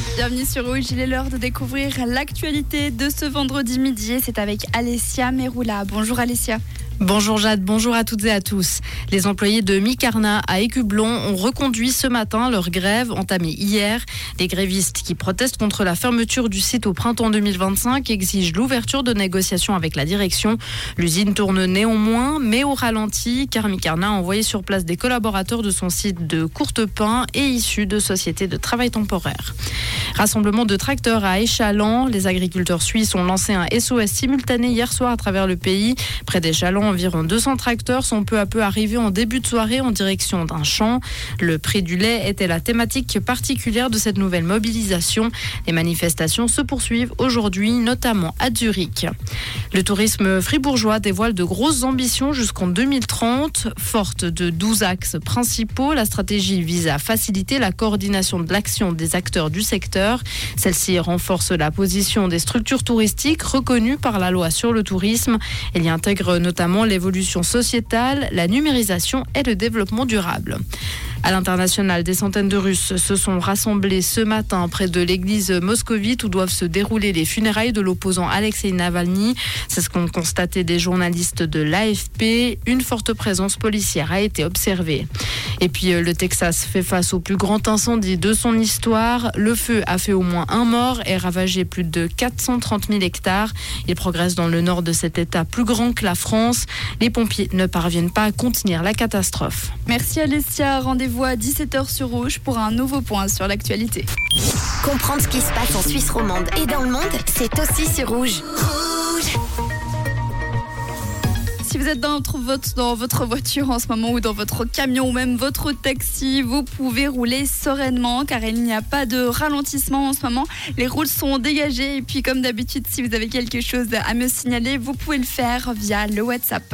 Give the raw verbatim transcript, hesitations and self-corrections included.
Bienvenue sur Rouge, il est l'heure de découvrir l'actualité de ce vendredi midi. C'est avec Alessia Meroula. Bonjour Alessia. Bonjour Jade, bonjour à toutes et à tous. Les employés de Micarna à Écublon ont reconduit ce matin leur grève entamée hier. Les grévistes qui protestent contre la fermeture du site au printemps deux mille vingt-cinq exigent l'ouverture de négociations avec la direction. L'usine tourne néanmoins, mais au ralenti, car Micarna a envoyé sur place des collaborateurs de son site de Courtepin et issus de sociétés de travail temporaire. Rassemblement de tracteurs à Échalant. Les agriculteurs suisses ont lancé un S O S simultané hier soir à travers le pays. Près d'Échalant, environ deux cents tracteurs sont peu à peu arrivés en début de soirée en direction d'un champ. Le prix du lait était la thématique particulière de cette nouvelle mobilisation. Les manifestations se poursuivent aujourd'hui, notamment à Zurich. Le tourisme fribourgeois dévoile de grosses ambitions jusqu'en deux mille trente. Forte de douze axes principaux, la stratégie vise à faciliter la coordination de l'action des acteurs du secteur. Celle-ci renforce la position des structures touristiques reconnues par la loi sur le tourisme. Elle y intègre notamment l'évolution sociétale, la numérisation et le développement durable. À l'international, des centaines de Russes se sont rassemblés ce matin près de l'église moscovite où doivent se dérouler les funérailles de l'opposant Alexei Navalny. C'est ce qu'ont constaté des journalistes de l'A F P. Une forte présence policière a été observée. Et puis le Texas fait face au plus grand incendie de son histoire. Le feu a fait au moins un mort et ravagé plus de quatre cent trente mille hectares. Il progresse dans le nord de cet état plus grand que la France. Les pompiers ne parviennent pas à contenir la catastrophe. Merci Alessia. Rendez-vous à dix-sept heures sur Rouge pour un nouveau point sur l'actualité. Comprendre ce qui se passe en Suisse romande et dans le monde, c'est aussi sur Rouge. Rouge. Si vous êtes dans votre, dans votre voiture en ce moment ou dans votre camion ou même votre taxi, vous pouvez rouler sereinement car il n'y a pas de ralentissement en ce moment. Les routes sont dégagées et puis comme d'habitude, si vous avez quelque chose à me signaler, vous pouvez le faire via le WhatsApp.